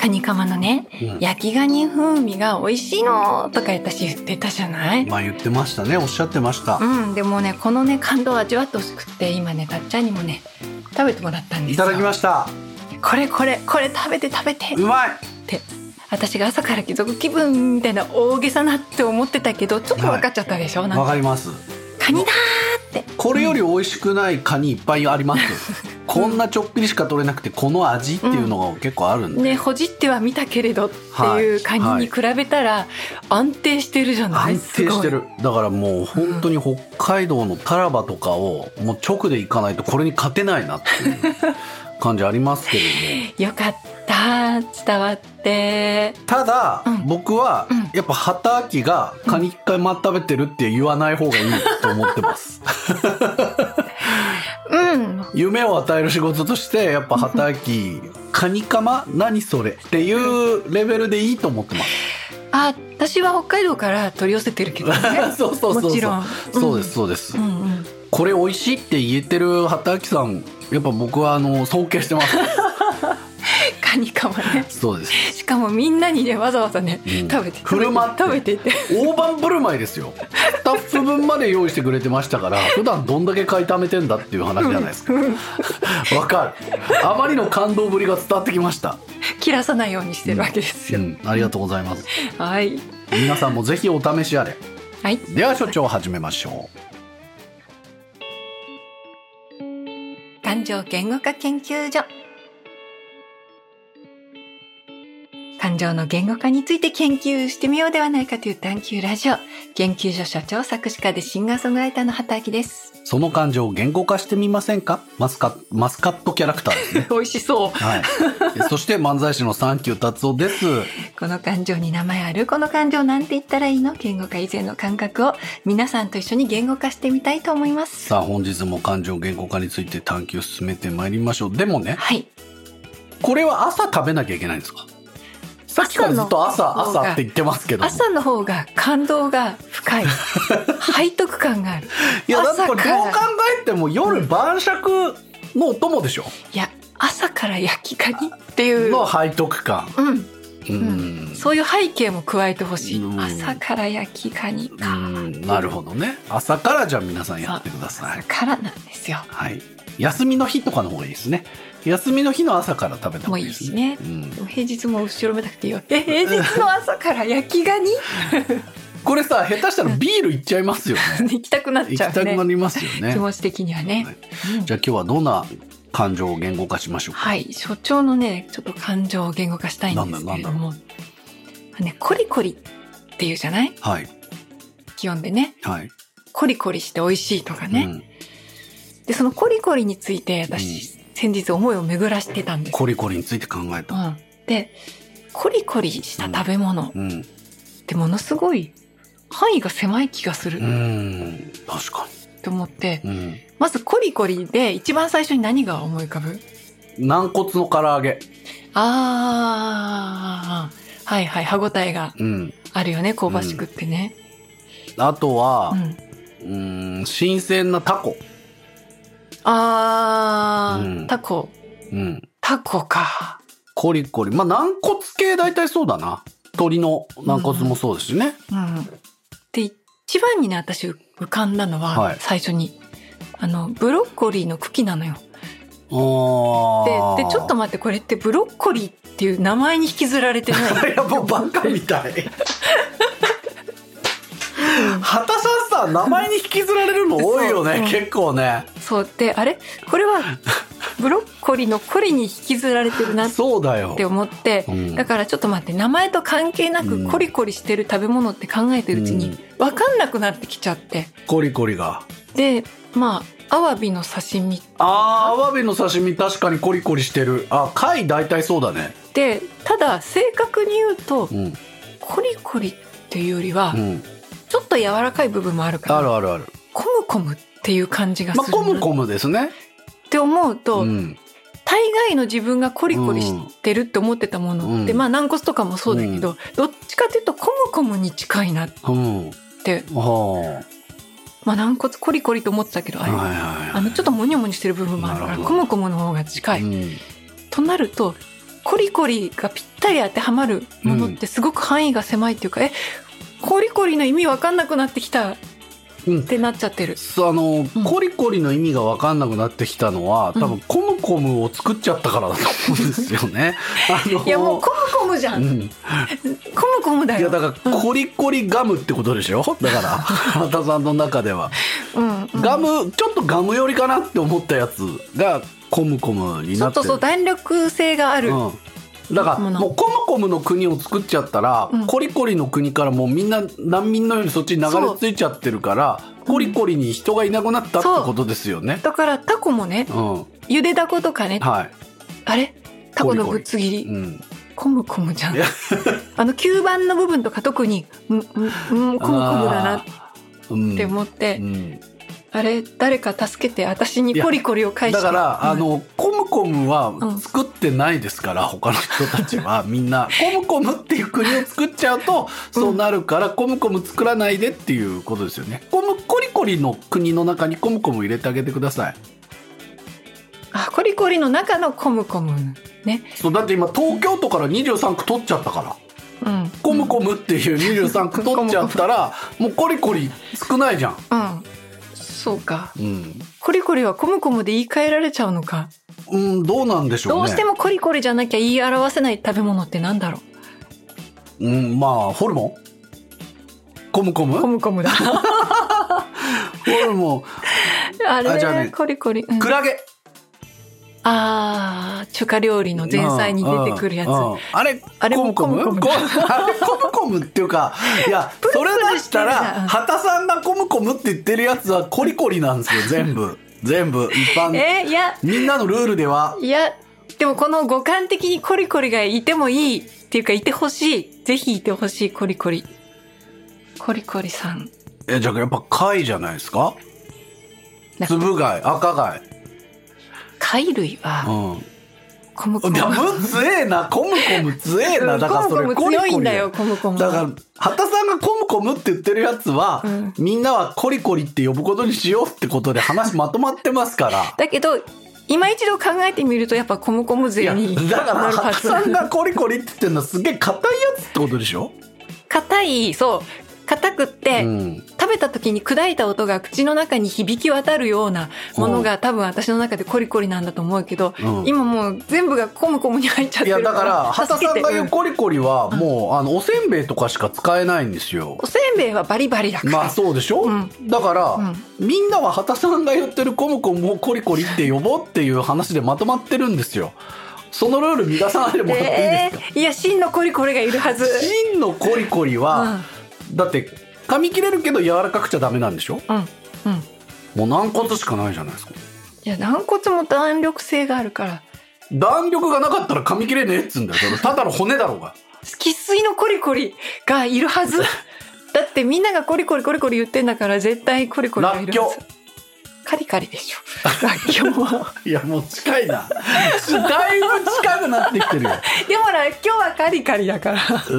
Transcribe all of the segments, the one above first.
ニカマのね、焼きガニ風味が美味しいのとか私言ってたじゃない。 まあ言ってましたね、おっしゃってました。 でもね、このね感動を味わってほしくって今ねたっちゃんにもね食べてもらったんですよ。 いただきました。 これ食べてうまいって私が朝から貴族気分みたいな大げさなって思ってたけどちょっと分かっちゃったでしょ。 わかります。 カニだーって。 これより美味しくないカニいっぱいありますこんなちょっぴりしか取れなくてこの味っていうのが結構あるんで、 ね、ほじっては見たけれどっていうカニに比べたら安定してるじゃない。 安定してる。だからもう本当に北海道のタラバとかをもう直で行かないとこれに勝てないなっていう感じありますけれどもよかった伝わって。ただ、僕はやっぱ畑秋がカニカマ食べてるって言わない方がいいと思ってます夢を与える仕事としてやっぱ畑秋カニカマ何それっていうレベルでいいと思ってます。 私は北海道から取り寄せてるけどねそうもちろんそうです、これ美味しいって言えてる畑秋さんやっぱ僕は尊敬してますカニカマね。 そうです。 しかもみんなにねわざわざね、食べて振る舞って食べてって大盤振る舞いですよ。スタッフ分まで用意してくれてましたから普段どんだけ買いためてんだっていう話じゃないですか。わかる。あまりの感動ぶりが伝わってきました。 切らさないようにしてるわけですよ、 ありがとうございます。 はい、 皆さんもぜひお試しあれ。 はい、 では所長始めましょう。感情言語化研究所。感情の言語化について研究してみようではないかという探究ラジオ。研究所所長作詞家でシンガーソングライターの畑明です。 その感情を言語化してみませんか。マスカットキャラクターですね。 美味しそう、 そして漫才師のサンキュー達夫です。 この感情に名前ある。この感情なんて言ったらいいの。言語化以前の感覚を皆さんと一緒に言語化してみたいと思います。 さあ本日も感情言語化について探求を進めてまいりましょう。でもね、これは朝食べなきゃいけないんですか。さっきからずっと朝って言ってますけど、 朝の方が感動が深い背徳感がある。 いやだってこれどう考えても夜晩酌のお供でしょ。 いや朝から焼きカニっていうの背徳感、 そういう背景も加えてほしい。朝から焼きカニか。 なるほどね。朝からじゃあ皆さんやってください。 朝からなんですよ。 はい。休みの日とかの方がいいですね。休みの日の朝から食べた方がいいですね。 でも平日も後ろめたくていいわけ。平日の朝から焼きガニこれさ下手したらビールいっちゃいますよね。 行きたくなっちゃうね。 行きたくなりますよね。 気持ち的にはね。 じゃあ今日はどんな感情を言語化しましょうか。 はい、所長のねちょっと感情を言語化したいんですけれども、コリコリっていうじゃない。 はい。 気温でね。 はい。 コリコリして美味しいとかね。でそのコリコリについて私、先日思いを巡らしてたんです。 コリコリについて考えた。 でコリコリした食べ物ってものすごい範囲が狭い気がする。 確かに。と思って、まずコリコリで一番最初に何が思い浮かぶ？ 軟骨の唐揚げ。 はいはい、歯ごたえがあるよね、香ばしくってね。 あとは、新鮮なタコ。 タコ。タコか。 コリコリ。まあ軟骨系大体そうだな。鶏の軟骨もそうですしね。 で一番にね私浮かんだのは、最初にブロッコリーの茎なのよ。でちょっと待って、これってブロッコリーっていう名前に引きずられてない？ いやもうバカみたい。畑さんさ名前に引きずられるの多いよね。結構ね。 そうであれこれはブロッコリーのコリに引きずられてるなって思って、だからちょっと待って、名前と関係なくコリコリしてる食べ物って考えてるうちに分かんなくなってきちゃって、 コリコリがでまあアワビの刺身。 アワビの刺身確かにコリコリしてる。貝大体そうだね。 でただ正確に言うと、コリコリっていうよりは、ちょっと柔らかい部分もあるから、 あるコムコムっていう感じがする。 コムコムですねって思うと、大概の自分がコリコリしてるって思ってたものって、まあ軟骨とかもそうだけど、どっちかというとコムコムに近いなって、まあ軟骨コリコリと思ってたけど、ちょっとモニョモニしてる部分もあるから、コムコムの方が近い、となるとコリコリがぴったり当てはまるものってすごく範囲が狭いっていうか、コリコリの意味わかんなくなってきたってなっちゃってる。 コリコリの意味が分かんなくなってきたのは多分コムコムを作っちゃったからだと思うんですよね。 いやもうコムコムじゃん、コムコムだよ。 いやだからコリコリガムってことでしょ。だから畑さんの中では、ガムちょっとガム寄りかなって思ったやつがコムコムになってる。 そう弾力性がある、 だからもうコムコムの国を作っちゃったら、コリコリの国からもうみんな難民のようにそっちに流れ着いちゃってるから、コリコリに人がいなくなったってことですよね。 だからタコもね、ゆでだことかね、あれタコのぶっつ切り、コムコムじゃん。吸盤の部分とか特にコムコムだなって思って、あれ誰か助けて私にコリコリを返して。だからコムコムは作ってないですから、他の人たちはみんなコムコムっていう国を作っちゃうとそうなるから、コムコム作らないでっていうことですよね。コリコリの国の中にコムコム入れてあげてください。 コリコリの中のコムコムね。 そうだって今東京都から23区取っちゃったから、コムコムっていう23区取っちゃったらもうコリコリ少ないじゃん。 そうか、コリコリはコムコムで言い換えられちゃうのか。 どうなんでしょうね。 どうしてもコリコリじゃなきゃ言い表せない食べ物ってなんだろう。まあホルモン、コムコム、 コムコムだ。ホルモンあれ、じゃあね、コリコリ、 クラゲ。 中華料理の前菜に出てくるやつ。 あれコムコム、あれコムコムっていうか、いやそれだったら畑さんがコムコムって言ってるやつはコリコリなんですよ。全部一般、 いやみんなのルールでは。 いやでもこの五感的にコリコリがいてもいいっていうか、いてほしい、ぜひいてほしい。コリコリさん。 じゃあやっぱ貝じゃないですか。つぶ貝、赤貝、 貝類は、コムコム。 いや強えな、コムコム強えな。だからそれコムコム強いんだよ、コムコム。 だから畑さんがコムコムって言ってるやつは、みんなはコリコリって呼ぶことにしようってことで話まとまってますから。 だけど今一度考えてみるとやっぱコムコム勢になるはず。 だから畑さんがコリコリって言ってるのはすげえ硬いやつってことでしょ。 硬い、そう硬くって、食べた時に砕いた音が口の中に響き渡るようなものが多分私の中でコリコリなんだと思うけど、今もう全部がコムコムに入っちゃってるから。 いやだから畑さんが言うコリコリはもう、おせんべいとかしか使えないんですよ。 おせんべいはバリバリだから。 まあそうでしょ、だから、みんなは畑さんが言ってるコムコムをコリコリって呼ぼうっていう話でまとまってるんですよ。そのルール乱さないでもらっていいですか。 いや真のコリコリがいるはず。 真のコリコリは、だって噛み切れるけど柔らかくちゃダメなんでしょ。もう軟骨しかないじゃないですか。 いや軟骨も弾力性があるから。 弾力がなかったら噛み切れねえっつうんだよ。ただの骨だろうが。 生粋のコリコリがいるはず。だってみんながコリコリコリコリ言ってんだから、絶対コリコリがいるはず。カリカリでしょ。らっきょうは。 いやもう近いな。だいぶ近くなってきてるよ。 でもらっきょうはカリカリだから。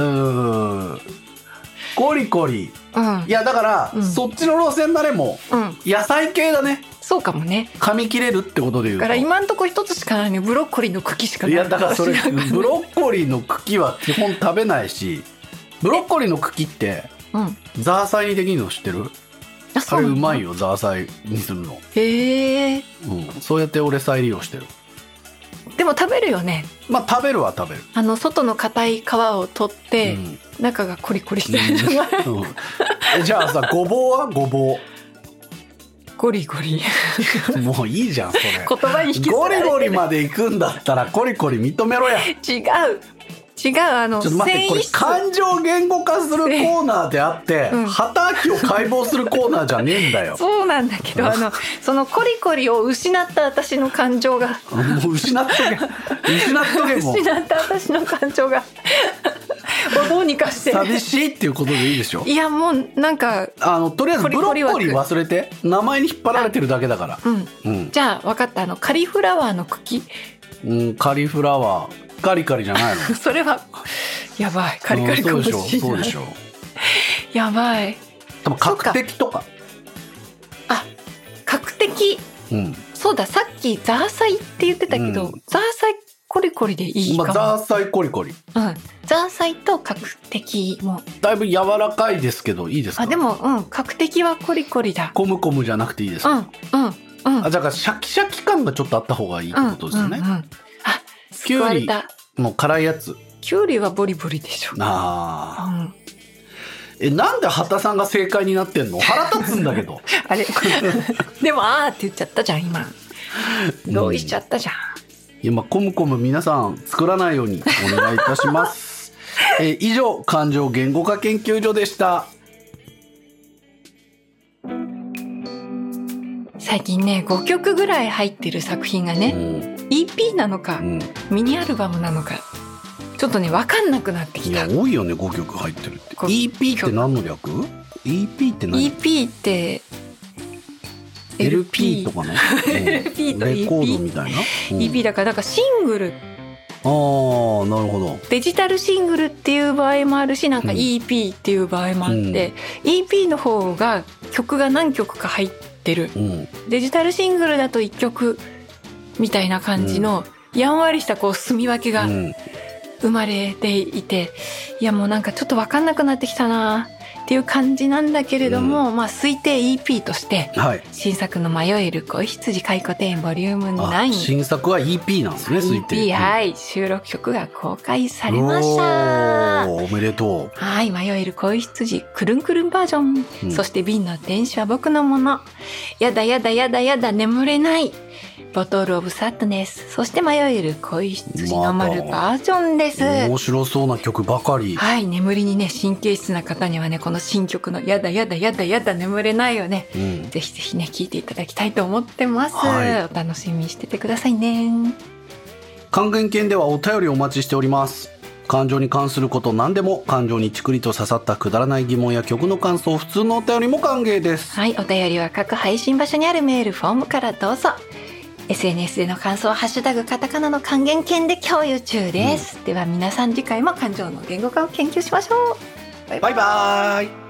コリコリ、いやだから、そっちの路線だね。もう、野菜系だね。 そうかもね。 噛み切れるってことで言うと。 だから今んとこ一つしかないね。ブロッコリーの茎しかない。 いやだからそれブロッコリーの茎は基本食べないし、ブロッコリーの茎って、ザーサイにできるの知ってる？あれうまいよ、ザーサイにするの。 へえ。 そうやって俺再利用してる。 でも食べるよね。 まあ食べるは食べる。 外の硬い皮を取って、中がコリコリしてるじゃない。 じゃあさ、ごぼうはごぼう。 ゴリゴリ。 もういいじゃんそれ。 言葉に引きずゴられてる。 リゴリまで行くんだったらコリコリ認めろや。 違う。ちょっと待って、 これ感情言語化するコーナーであって、畑を解剖するコーナーじゃねえんだよ。 そうなんだけど、そのコリコリを失った私の感情がもう失っとけもう失った私の感情がをどうにかして。 寂しいっていうことでいいでしょ。 いやもうなんかとりあえずブロッコリー忘れて、名前に引っ張られてるだけだから。 じゃあ分かった。カリフラワーの茎。 カリフラワーカリカリじゃないの？ それはやばい。カリカリかもしれない。 そうでしょ。 やばい。 多分角的とか。 角的。そうだ、さっきザーサイって言ってたけど、ザーサイコリコリでいいかも。 ザーサイコリコリ。 ザーサイと角的も。 だいぶ柔らかいですけど、いいですか？ でも、角的はコリコリだ。 コムコムじゃなくていいですか？だからシャキシャキ感がちょっとあった方がいいってことですよね。キュウリの辛いやつ。 キュウリはボリボリでしょ。 なんで畑さんが正解になってんの？腹立つんだけど。 あれでもって言っちゃったじゃん今。同意しちゃったじゃん。 今コムコム皆さん作らないようにお願いいたします。以上感情言語化研究所でした。 最近ね5曲ぐらい入ってる作品がね、EP なのか、ミニアルバムなのかちょっとね分かんなくなってきた。 いや多いよね5曲入ってるって。EP って何の略？ EP って何？ EP って LP とかね。 LP と EP レコードみたいな。 EP だからなんかシングル。 なるほど。 デジタルシングルっていう場合もあるし、なんか EP っていう場合もあって、EP の方が曲が何曲か入ってる。デジタルシングルだと1曲みたいな感じのやんわりしたこう住み分けが生まれていて、いやもうなんかちょっと分かんなくなってきたなっていう感じなんだけれども、推定 EP として、新作の迷える恋羊回顧展ボリューム9。 新作は EP なんですね。推定 EP、収録曲が公開されました。 おめでとう。迷える恋羊くるんくるんバージョン、そして瓶の電子は僕のもの、やだやだやだやだ眠れない、ボトルオブサッドネス、そして迷える恋羊の丸バージョンです。 面白そうな曲ばかり。 眠りにね神経質な方にはねこの新曲のやだやだやだやだ眠れないをね、ぜひぜひね聴いていただきたいと思ってます。お楽しみにしててくださいね。 還元犬ではお便りお待ちしております。感情に関すること何でも、感情にちくりと刺さったくだらない疑問や曲の感想、普通のお便りも歓迎です。 お便りは各配信場所にあるメールフォームからどうぞ。SNS での感想はハッシュタグカタカナの還元犬で共有中です。では皆さん次回も感情の言語化を研究しましょう。バイバイ。